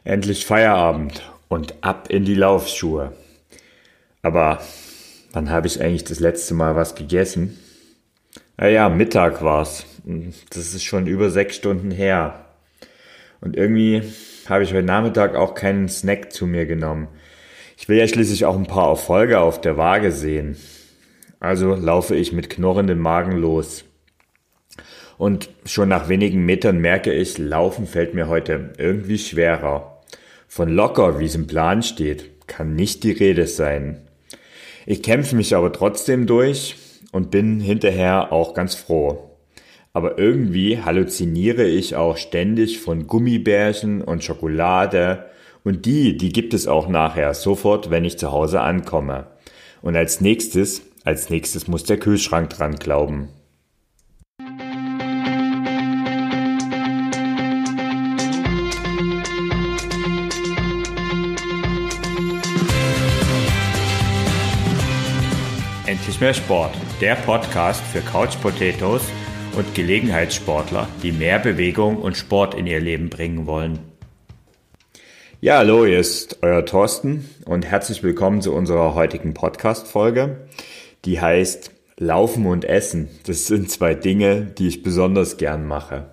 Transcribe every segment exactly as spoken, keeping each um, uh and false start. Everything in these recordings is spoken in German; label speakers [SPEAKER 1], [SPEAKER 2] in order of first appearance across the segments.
[SPEAKER 1] Endlich Feierabend und ab in die Laufschuhe. Aber wann habe ich eigentlich das letzte Mal was gegessen? Naja, Mittag war's. Das ist schon über sechs Stunden her. Und irgendwie habe ich heute Nachmittag auch keinen Snack zu mir genommen. Ich will ja schließlich auch ein paar Erfolge auf der Waage sehen. Also laufe ich mit knurrendem Magen los. Und schon nach wenigen Metern merke ich, Laufen fällt mir heute irgendwie schwerer. Von locker, wie es im Plan steht, kann nicht die Rede sein. Ich kämpfe mich aber trotzdem durch und bin hinterher auch ganz froh. Aber irgendwie halluziniere ich auch ständig von Gummibärchen und Schokolade und die, die gibt es auch nachher sofort, wenn ich zu Hause ankomme. Und als nächstes, als nächstes muss der Kühlschrank dran glauben. Endlich mehr Sport, der Podcast für Couch Potatoes und Gelegenheitssportler, die mehr Bewegung und Sport in ihr Leben bringen wollen. Ja, hallo, hier ist euer Thorsten und herzlich willkommen zu unserer heutigen Podcast-Folge, die heißt Laufen und Essen. Das sind zwei Dinge, die ich besonders gern mache.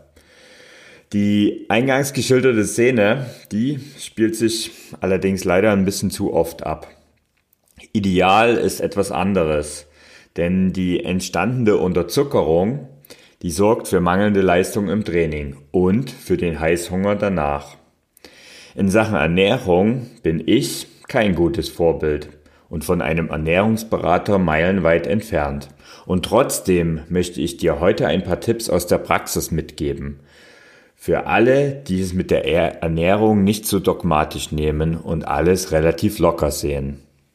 [SPEAKER 1] Die eingangs geschilderte Szene, die spielt sich allerdings leider ein bisschen zu oft ab. Ideal ist etwas anderes, denn die entstandene Unterzuckerung, die sorgt für mangelnde Leistung im Training und für den Heißhunger danach. In Sachen Ernährung bin ich kein gutes Vorbild und von einem Ernährungsberater meilenweit entfernt. Und trotzdem möchte ich dir heute ein paar Tipps aus der Praxis mitgeben. Für alle, die es mit der Ernährung nicht so dogmatisch nehmen und alles relativ locker sehen.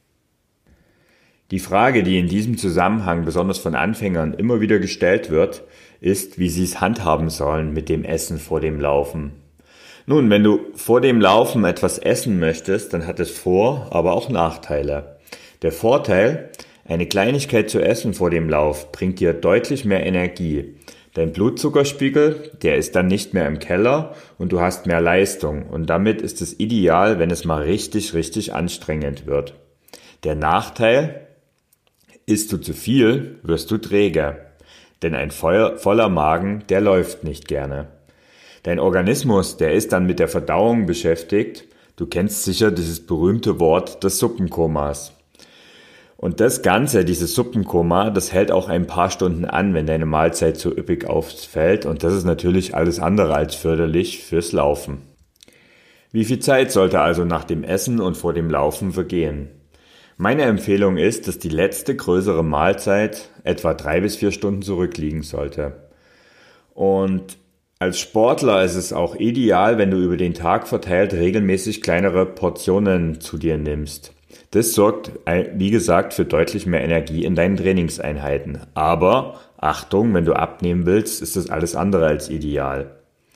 [SPEAKER 1] Die Frage, die in diesem Zusammenhang besonders von Anfängern immer wieder gestellt wird, ist, wie sie es handhaben sollen mit dem Essen vor dem Laufen. Nun, wenn du vor dem Laufen etwas essen möchtest, dann hat es Vor-, aber auch Nachteile. Der Vorteil, eine Kleinigkeit zu essen vor dem Lauf, bringt dir deutlich mehr Energie. Dein Blutzuckerspiegel, der ist dann nicht mehr im Keller und du hast mehr Leistung. Und damit ist es ideal, wenn es mal richtig, richtig anstrengend wird. Der Nachteil, isst du zu viel, wirst du träge. Denn ein voller Magen, der läuft nicht gerne. Dein Organismus, der ist dann mit der Verdauung beschäftigt. Du kennst sicher dieses berühmte Wort des Suppenkomas. Und das Ganze, dieses Suppenkoma, das hält auch ein paar Stunden an, wenn deine Mahlzeit so üppig ausfällt. Und das ist natürlich alles andere als förderlich fürs Laufen. Wie viel Zeit sollte also nach dem Essen und vor dem Laufen vergehen? Meine Empfehlung ist, dass die letzte größere Mahlzeit etwa drei bis vier Stunden zurückliegen sollte. Und als Sportler ist es auch ideal, wenn du über den Tag verteilt regelmäßig kleinere Portionen zu dir nimmst. Das sorgt, wie gesagt, für deutlich mehr Energie in deinen Trainingseinheiten. Aber Achtung, wenn du abnehmen willst, ist das alles andere als ideal.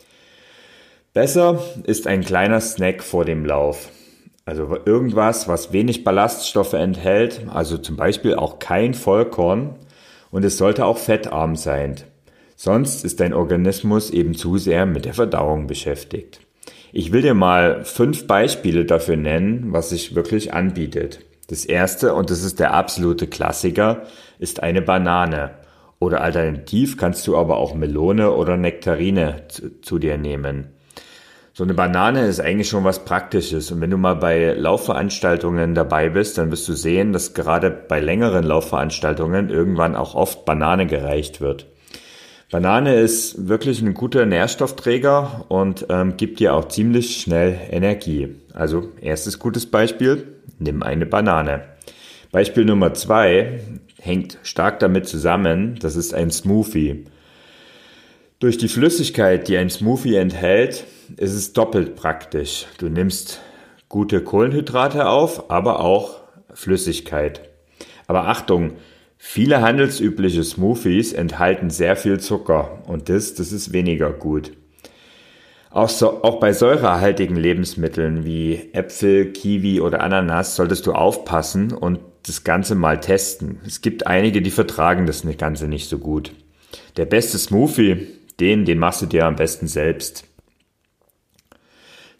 [SPEAKER 1] Besser ist ein kleiner Snack vor dem Lauf. Also irgendwas, was wenig Ballaststoffe enthält, also zum Beispiel auch kein Vollkorn, und es sollte auch fettarm sein. Sonst ist dein Organismus eben zu sehr mit der Verdauung beschäftigt. Ich will dir mal fünf Beispiele dafür nennen, was sich wirklich anbietet. Das erste, und das ist der absolute Klassiker, ist eine Banane. Oder alternativ kannst du aber auch Melone oder Nektarine zu, zu dir nehmen. So eine Banane ist eigentlich schon was Praktisches und wenn du mal bei Laufveranstaltungen dabei bist, dann wirst du sehen, dass gerade bei längeren Laufveranstaltungen irgendwann auch oft Banane gereicht wird. Banane ist wirklich ein guter Nährstoffträger und ähm, gibt dir auch ziemlich schnell Energie. Also erstes gutes Beispiel, nimm eine Banane. Beispiel Nummer zwei hängt stark damit zusammen, das ist ein Smoothie. Durch die Flüssigkeit, die ein Smoothie enthält, ist es doppelt praktisch. Du nimmst gute Kohlenhydrate auf, aber auch Flüssigkeit. Aber Achtung, viele handelsübliche Smoothies enthalten sehr viel Zucker und das, das ist weniger gut. Auch, so, auch bei säurehaltigen Lebensmitteln wie Äpfel, Kiwi oder Ananas solltest du aufpassen und das Ganze mal testen. Es gibt einige, die vertragen das Ganze nicht so gut. Der beste Smoothie, den, den machst du dir am besten selbst.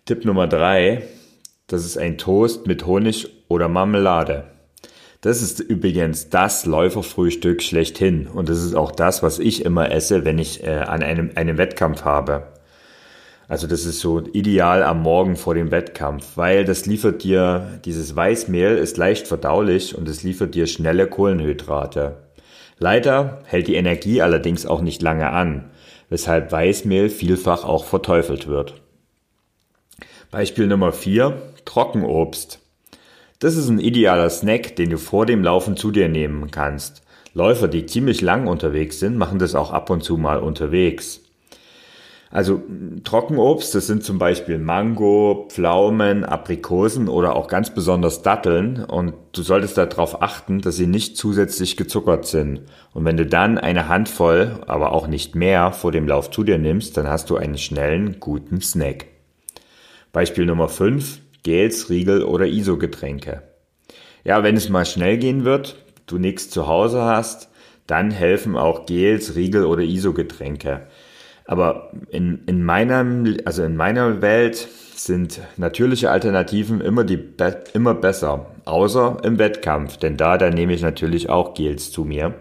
[SPEAKER 1] Tipp Nummer drei, das ist ein Toast mit Honig oder Marmelade. Das ist übrigens das Läuferfrühstück schlechthin und das ist auch das, was ich immer esse, wenn ich äh, an einem, einen Wettkampf habe. Also das ist so ideal am Morgen vor dem Wettkampf, weil das liefert dir, dieses Weißmehl ist leicht verdaulich und es liefert dir schnelle Kohlenhydrate. Leider hält die Energie allerdings auch nicht lange an, weshalb Weißmehl vielfach auch verteufelt wird. Beispiel Nummer vier, Trockenobst. Das ist ein idealer Snack, den du vor dem Laufen zu dir nehmen kannst. Läufer, die ziemlich lang unterwegs sind, machen das auch ab und zu mal unterwegs. Also Trockenobst, das sind zum Beispiel Mango, Pflaumen, Aprikosen oder auch ganz besonders Datteln und du solltest darauf achten, dass sie nicht zusätzlich gezuckert sind. Und wenn du dann eine Handvoll, aber auch nicht mehr, vor dem Lauf zu dir nimmst, dann hast du einen schnellen, guten Snack. Beispiel Nummer fünf, Gels, Riegel oder I S O-Getränke. Ja, wenn es mal schnell gehen wird, du nichts zu Hause hast, dann helfen auch Gels, Riegel oder I S O-Getränke. Aber in, in meinem, also in meiner Welt sind natürliche Alternativen immer die immer besser, außer im Wettkampf, denn da, da nehme ich natürlich auch Gels zu mir.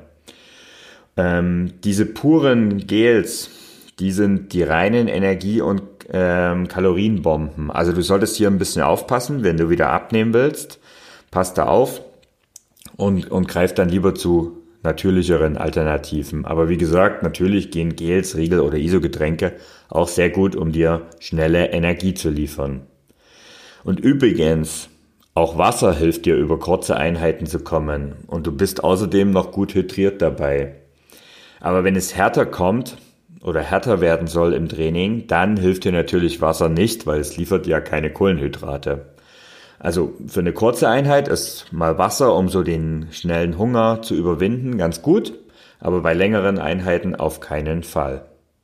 [SPEAKER 1] Ähm, diese puren Gels, die sind die reinen Energie- und ähm, Kalorienbomben. Also du solltest hier ein bisschen aufpassen, wenn du wieder abnehmen willst, passt da auf und, und greif dann lieber zu natürlicheren Alternativen. Aber wie gesagt, natürlich gehen Gels, Riegel oder I S O-Getränke auch sehr gut, um dir schnelle Energie zu liefern. Und übrigens, auch Wasser hilft dir, über kurze Einheiten zu kommen und du bist außerdem noch gut hydriert dabei. Aber wenn es härter kommt oder härter werden soll im Training, dann hilft dir natürlich Wasser nicht, weil es liefert ja keine Kohlenhydrate. Also für eine kurze Einheit ist mal Wasser, um so den schnellen Hunger zu überwinden, ganz gut, aber bei längeren Einheiten auf keinen Fall.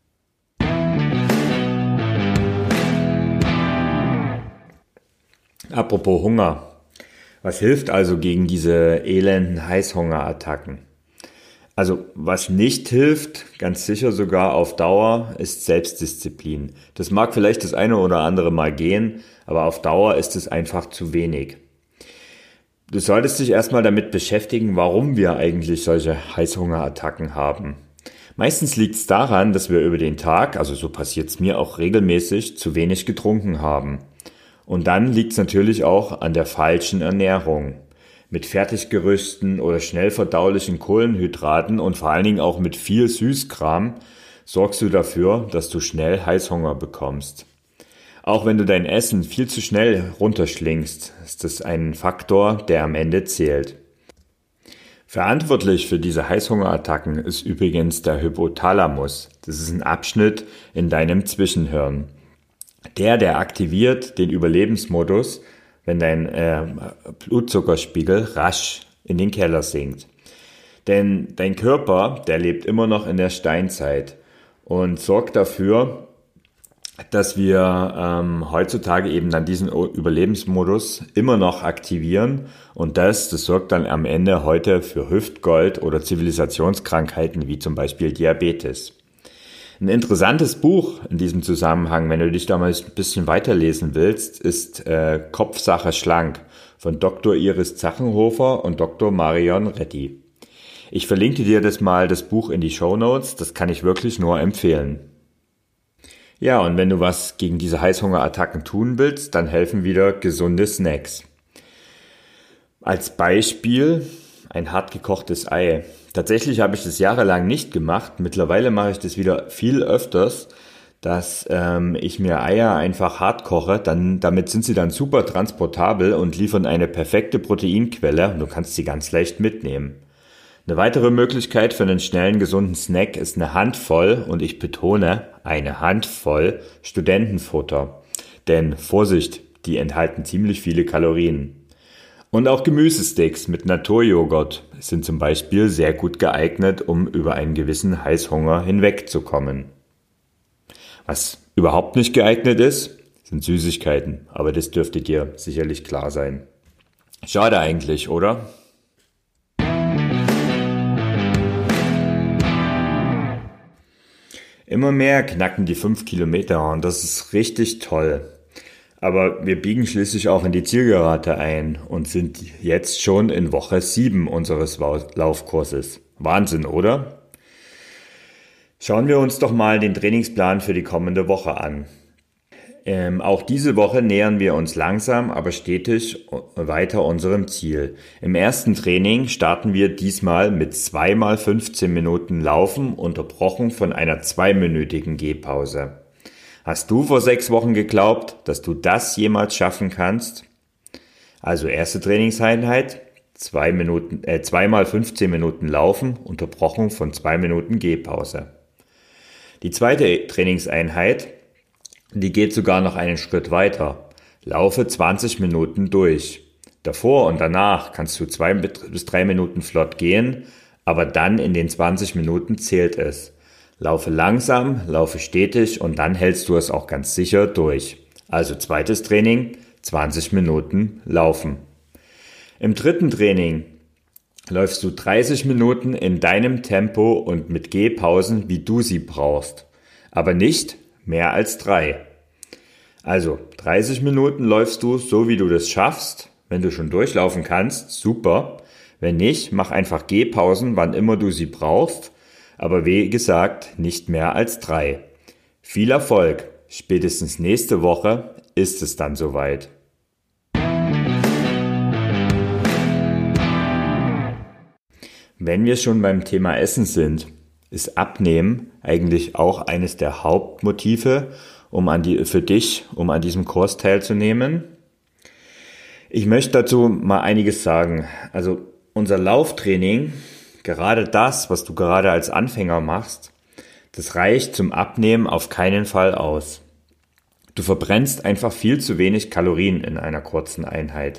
[SPEAKER 1] Apropos Hunger. Was hilft also gegen diese elenden Heißhungerattacken? Also was nicht hilft, ganz sicher sogar auf Dauer, ist Selbstdisziplin. Das mag vielleicht das eine oder andere Mal gehen, aber auf Dauer ist es einfach zu wenig. Du solltest dich erstmal damit beschäftigen, warum wir eigentlich solche Heißhungerattacken haben. Meistens liegt es daran, dass wir über den Tag, also so passiert es mir auch regelmäßig, zu wenig getrunken haben. Und dann liegt es natürlich auch an der falschen Ernährung. Mit Fertiggerüsten oder schnell verdaulichen Kohlenhydraten und vor allen Dingen auch mit viel Süßkram sorgst du dafür, dass du schnell Heißhunger bekommst. Auch wenn du dein Essen viel zu schnell runterschlingst, ist das ein Faktor, der am Ende zählt. Verantwortlich für diese Heißhungerattacken ist übrigens der Hypothalamus. Das ist ein Abschnitt in deinem Zwischenhirn. Der, der aktiviert den Überlebensmodus, wenn dein äh, Blutzuckerspiegel rasch in den Keller sinkt. Denn dein Körper, der lebt immer noch in der Steinzeit und sorgt dafür, dass wir ähm, heutzutage eben dann diesen Überlebensmodus immer noch aktivieren und das, das sorgt dann am Ende heute für Hüftgold oder Zivilisationskrankheiten wie zum Beispiel Diabetes. Ein interessantes Buch in diesem Zusammenhang, wenn du dich da mal ein bisschen weiterlesen willst, ist äh, Kopfsache schlank von Doktor Iris Zachenhofer und Doktor Marion Retti. Ich verlinke dir das mal, das Buch in die Shownotes, das kann ich wirklich nur empfehlen. Ja, und wenn du was gegen diese Heißhungerattacken tun willst, dann helfen wieder gesunde Snacks. Als Beispiel ein hart gekochtes Ei. Tatsächlich habe ich das jahrelang nicht gemacht. Mittlerweile mache ich das wieder viel öfters, dass ähm, ich mir Eier einfach hart koche. Dann, damit sind sie dann super transportabel und liefern eine perfekte Proteinquelle und du kannst sie ganz leicht mitnehmen. Eine weitere Möglichkeit für einen schnellen, gesunden Snack ist eine Handvoll, und ich betone, eine Handvoll Studentenfutter. Denn Vorsicht, die enthalten ziemlich viele Kalorien. Und auch Gemüsesticks mit Naturjoghurt sind zum Beispiel sehr gut geeignet, um über einen gewissen Heißhunger hinwegzukommen. Was überhaupt nicht geeignet ist, sind Süßigkeiten, aber das dürfte dir sicherlich klar sein. Schade eigentlich, oder? Immer mehr knacken die fünf Kilometer und das ist richtig toll. Aber wir biegen schließlich auch in die Zielgerade ein und sind jetzt schon in Woche sieben unseres Laufkurses. Wahnsinn, oder? Schauen wir uns doch mal den Trainingsplan für die kommende Woche an. Ähm, auch diese Woche nähern wir uns langsam, aber stetig weiter unserem Ziel. Im ersten Training starten wir diesmal mit zwei mal fünfzehn Minuten Laufen, unterbrochen von einer zweiminütigen Gehpause. Hast du vor sechs Wochen geglaubt, dass du das jemals schaffen kannst? Also erste Trainingseinheit, zwei Minuten, äh, zwei mal fünfzehn Minuten Laufen, unterbrochen von zwei Minuten Gehpause. Die zweite Trainingseinheit, die geht sogar noch einen Schritt weiter. Laufe zwanzig Minuten durch. Davor und danach kannst du zwei bis drei Minuten flott gehen, aber dann in den zwanzig Minuten zählt es. Laufe langsam, laufe stetig und dann hältst du es auch ganz sicher durch. Also zweites Training, zwanzig Minuten laufen. Im dritten Training läufst du dreißig Minuten in deinem Tempo und mit Gehpausen, wie du sie brauchst. Aber nicht mehr als drei. Also dreißig Minuten läufst du so, wie du das schaffst. Wenn du schon durchlaufen kannst, super. Wenn nicht, mach einfach Gehpausen, wann immer du sie brauchst. Aber wie gesagt, nicht mehr als drei. Viel Erfolg. Spätestens nächste Woche ist es dann soweit. Wenn wir schon beim Thema Essen sind, ist Abnehmen eigentlich auch eines der Hauptmotive, um an die, für dich, um an diesem Kurs teilzunehmen. Ich möchte dazu mal einiges sagen. Also unser Lauftraining, gerade das, was du gerade als Anfänger machst, das reicht zum Abnehmen auf keinen Fall aus. Du verbrennst einfach viel zu wenig Kalorien in einer kurzen Einheit.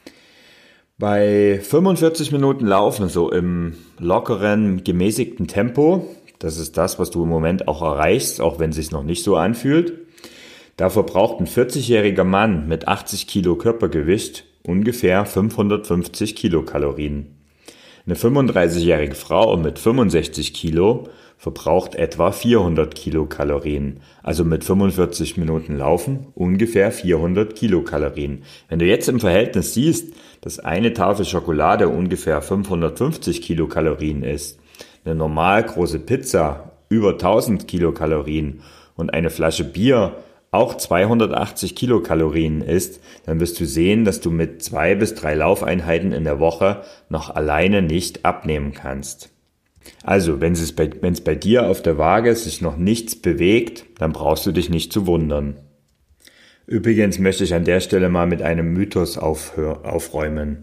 [SPEAKER 1] Bei fünfundvierzig Minuten Laufen, so im lockeren, gemäßigten Tempo, das ist das, was du im Moment auch erreichst, auch wenn es sich noch nicht so anfühlt, da verbraucht ein vierzigjähriger Mann mit achtzig Kilo Körpergewicht ungefähr fünfhundertfünfzig Kilokalorien. Eine fünfunddreißigjährige Frau mit fünfundsechzig Kilo verbraucht etwa vierhundert Kilokalorien. Also mit fünfundvierzig Minuten Laufen ungefähr vierhundert Kilokalorien. Wenn du jetzt im Verhältnis siehst, dass eine Tafel Schokolade ungefähr fünfhundertfünfzig Kilokalorien ist, eine normal große Pizza über tausend Kilokalorien und eine Flasche Bier auch zweihundertachtzig Kilokalorien ist, dann wirst du sehen, dass du mit zwei bis drei Laufeinheiten in der Woche noch alleine nicht abnehmen kannst. Also, wenn es bei, wenn es bei dir auf der Waage sich noch nichts bewegt, dann brauchst du dich nicht zu wundern. Übrigens möchte ich an der Stelle mal mit einem Mythos aufhör, aufräumen.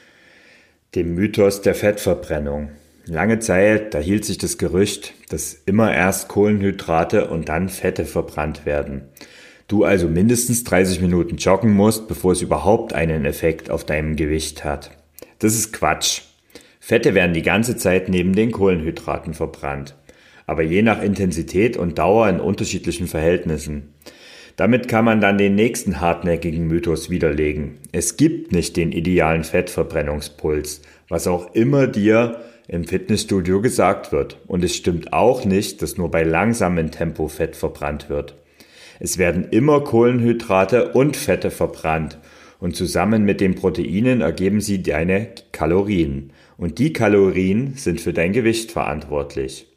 [SPEAKER 1] Dem Mythos der Fettverbrennung. Lange Zeit, da hielt sich das Gerücht, dass immer erst Kohlenhydrate und dann Fette verbrannt werden. Du also mindestens dreißig Minuten joggen musst, bevor es überhaupt einen Effekt auf deinem Gewicht hat. Das ist Quatsch. Fette werden die ganze Zeit neben den Kohlenhydraten verbrannt, aber je nach Intensität und Dauer in unterschiedlichen Verhältnissen. Damit kann man dann den nächsten hartnäckigen Mythos widerlegen. Es gibt nicht den idealen Fettverbrennungspuls, was auch immer dir im Fitnessstudio gesagt wird. Und es stimmt auch nicht, dass nur bei langsamem Tempo Fett verbrannt wird. Es werden immer Kohlenhydrate und Fette verbrannt und zusammen mit den Proteinen ergeben sie deine Kalorien. Und die Kalorien sind für dein Gewicht verantwortlich.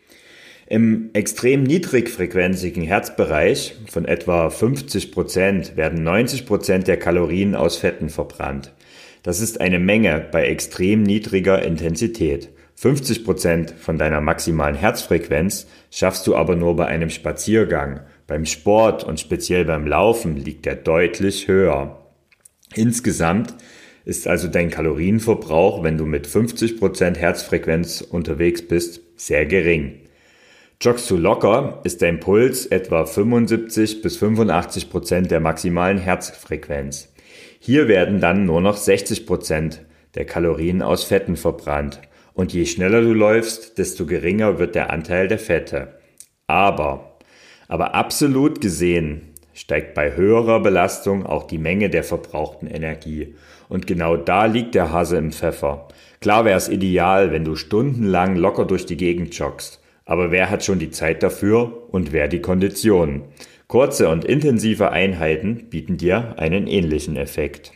[SPEAKER 1] Im extrem niedrigfrequenzigen Herzbereich von etwa fünfzig Prozent werden neunzig Prozent der Kalorien aus Fetten verbrannt. Das ist eine Menge bei extrem niedriger Intensität. fünfzig Prozent von deiner maximalen Herzfrequenz schaffst du aber nur bei einem Spaziergang. Beim Sport und speziell beim Laufen liegt er deutlich höher. Insgesamt ist also dein Kalorienverbrauch, wenn du mit fünfzig Prozent Herzfrequenz unterwegs bist, sehr gering. Joggst du locker, ist dein Puls etwa fünfundsiebzig bis fünfundachtzig Prozent der maximalen Herzfrequenz. Hier werden dann nur noch sechzig Prozent der Kalorien aus Fetten verbrannt. Und je schneller du läufst, desto geringer wird der Anteil der Fette. Aber, aber absolut gesehen steigt bei höherer Belastung auch die Menge der verbrauchten Energie. Und genau da liegt der Hase im Pfeffer. Klar wäre es ideal, wenn du stundenlang locker durch die Gegend joggst. Aber wer hat schon die Zeit dafür und wer die Konditionen? Kurze und intensive Einheiten bieten dir einen ähnlichen Effekt.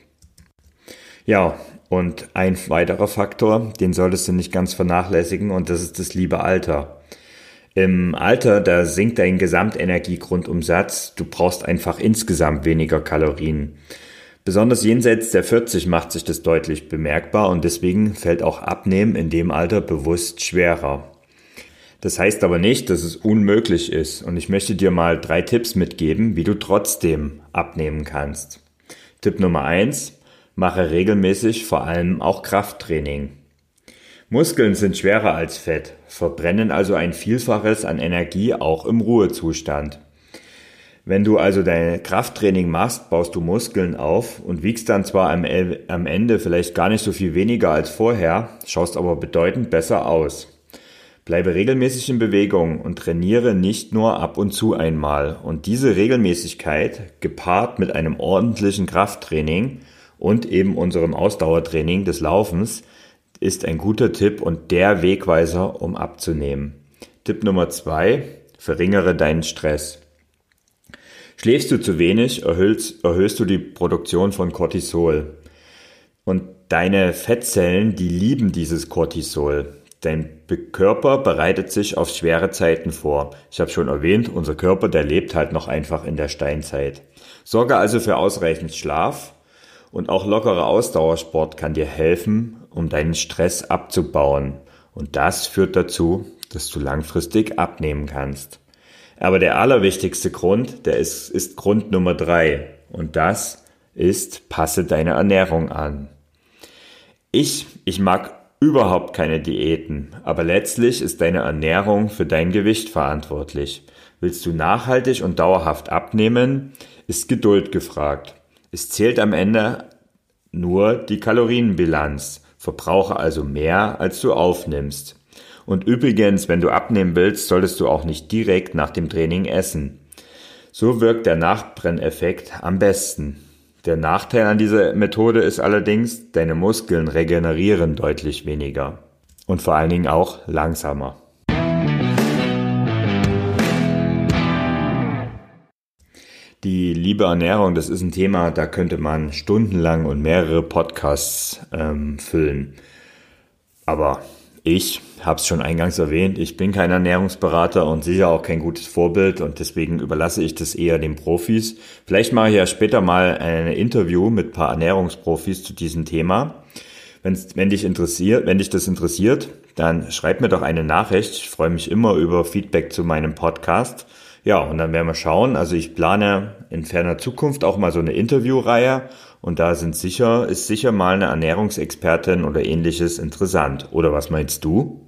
[SPEAKER 1] Ja, und ein weiterer Faktor, den solltest du nicht ganz vernachlässigen, und das ist das liebe Alter. Im Alter, da sinkt dein Gesamtenergiegrundumsatz, du brauchst einfach insgesamt weniger Kalorien. Besonders jenseits der vierzig macht sich das deutlich bemerkbar und deswegen fällt auch Abnehmen in dem Alter bewusst schwerer. Das heißt aber nicht, dass es unmöglich ist, und ich möchte dir mal drei Tipps mitgeben, wie du trotzdem abnehmen kannst. Tipp Nummer eins: Mache regelmäßig vor allem auch Krafttraining. Muskeln sind schwerer als Fett, verbrennen also ein Vielfaches an Energie auch im Ruhezustand. Wenn du also dein Krafttraining machst, baust du Muskeln auf und wiegst dann zwar am, am Ende vielleicht gar nicht so viel weniger als vorher, schaust aber bedeutend besser aus. Bleibe regelmäßig in Bewegung und trainiere nicht nur ab und zu einmal. Und diese Regelmäßigkeit, gepaart mit einem ordentlichen Krafttraining und eben unserem Ausdauertraining des Laufens, ist ein guter Tipp und der Wegweiser, um abzunehmen. Tipp Nummer zwei: Verringere deinen Stress. Schläfst du zu wenig, erhöhst, erhöhst du die Produktion von Cortisol. Und deine Fettzellen, die lieben dieses Cortisol. Dein Körper bereitet sich auf schwere Zeiten vor. Ich habe schon erwähnt, unser Körper, der lebt halt noch einfach in der Steinzeit. Sorge also für ausreichend Schlaf, und auch lockerer Ausdauersport kann dir helfen, um deinen Stress abzubauen. Und das führt dazu, dass du langfristig abnehmen kannst. Aber der allerwichtigste Grund, der ist, ist Grund Nummer drei. Und das ist: passe deine Ernährung an. Ich, ich mag überhaupt keine Diäten, aber letztlich ist deine Ernährung für dein Gewicht verantwortlich. Willst du nachhaltig und dauerhaft abnehmen, ist Geduld gefragt. Es zählt am Ende nur die Kalorienbilanz. Verbrauche also mehr, als du aufnimmst. Und übrigens, wenn du abnehmen willst, solltest du auch nicht direkt nach dem Training essen. So wirkt der Nachbrenneffekt am besten. Der Nachteil an dieser Methode ist allerdings, deine Muskeln regenerieren deutlich weniger und vor allen Dingen auch langsamer. Die liebe Ernährung, das ist ein Thema, da könnte man stundenlang und mehrere Podcasts ähm, füllen. Aber ich habe es schon eingangs erwähnt, ich bin kein Ernährungsberater und sicher auch kein gutes Vorbild, und deswegen überlasse ich das eher den Profis. Vielleicht mache ich ja später mal ein Interview mit ein paar Ernährungsprofis zu diesem Thema. Wenn's, wenn dich interessiert, wenn dich das interessiert, dann schreib mir doch eine Nachricht. Ich freue mich immer über Feedback zu meinem Podcast. Ja, und dann werden wir schauen. Also ich plane in ferner Zukunft auch mal so eine Interviewreihe, und da sind sicher, ist sicher mal eine Ernährungsexpertin oder ähnliches interessant. Oder was meinst du?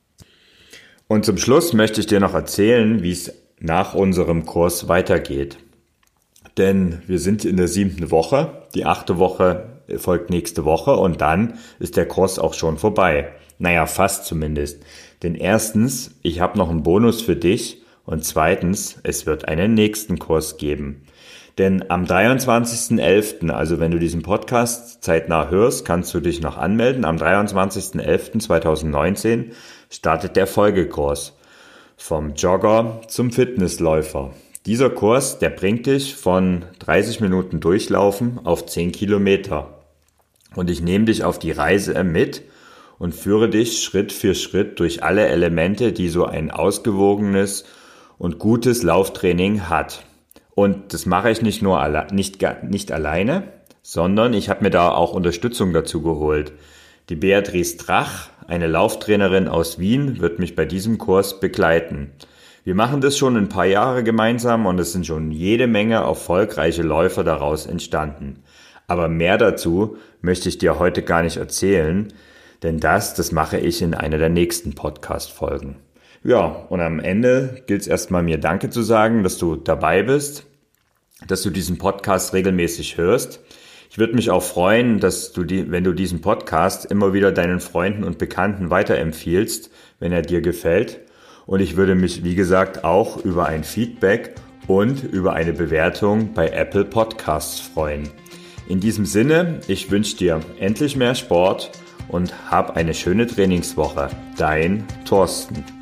[SPEAKER 1] Und zum Schluss möchte ich dir noch erzählen, wie es nach unserem Kurs weitergeht. Denn wir sind in der siebten Woche, die achte Woche folgt nächste Woche und dann ist der Kurs auch schon vorbei. Naja, fast zumindest. Denn erstens, ich habe noch einen Bonus für dich, und zweitens, es wird einen nächsten Kurs geben. Denn am dreiundzwanzigsten elften, also wenn du diesen Podcast zeitnah hörst, kannst du dich noch anmelden. Am dreiundzwanzigsten elften zweitausendneunzehn startet der Folgekurs vom Jogger zum Fitnessläufer. Dieser Kurs, der bringt dich von dreißig Minuten Durchlaufen auf zehn Kilometer. Und ich nehme dich auf die Reise mit und führe dich Schritt für Schritt durch alle Elemente, die so ein ausgewogenes und gutes Lauftraining hat. Und das mache ich nicht nur alle, nicht, nicht alleine, sondern ich habe mir da auch Unterstützung dazu geholt. Die Beatrice Drach, eine Lauftrainerin aus Wien, wird mich bei diesem Kurs begleiten. Wir machen das schon ein paar Jahre gemeinsam und es sind schon jede Menge erfolgreiche Läufer daraus entstanden. Aber mehr dazu möchte ich dir heute gar nicht erzählen, denn das, das mache ich in einer der nächsten Podcast-Folgen. Ja, und am Ende gilt es erstmal mir Danke zu sagen, dass du dabei bist, dass du diesen Podcast regelmäßig hörst. Ich würde mich auch freuen, dass du die, wenn du diesen Podcast immer wieder deinen Freunden und Bekannten weiterempfiehlst, wenn er dir gefällt. Und ich würde mich, wie gesagt, auch über ein Feedback und über eine Bewertung bei Apple Podcasts freuen. In diesem Sinne, ich wünsche dir endlich mehr Sport und hab eine schöne Trainingswoche. Dein Thorsten.